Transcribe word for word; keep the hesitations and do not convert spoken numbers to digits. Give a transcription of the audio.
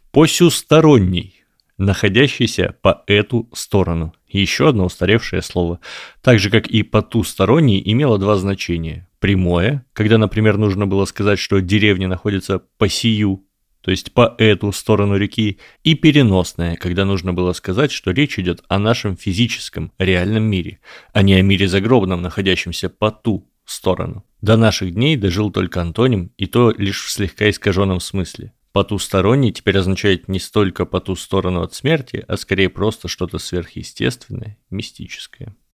Посюсторонний, находящийся по эту сторону. Еще одно устаревшее слово. Так же, как и потусторонний, имело два значения. Прямое, когда, например, нужно было сказать, что деревня находится по сию, то есть по эту сторону реки, и переносное, когда нужно было сказать, что речь идет о нашем физическом, реальном мире, а не о мире загробном, находящемся по ту сторону. До наших дней дожил только антоним, и то лишь в слегка искаженном смысле. Потусторонний теперь означает не столько по ту сторону от смерти, а скорее просто что-то сверхъестественное, мистическое.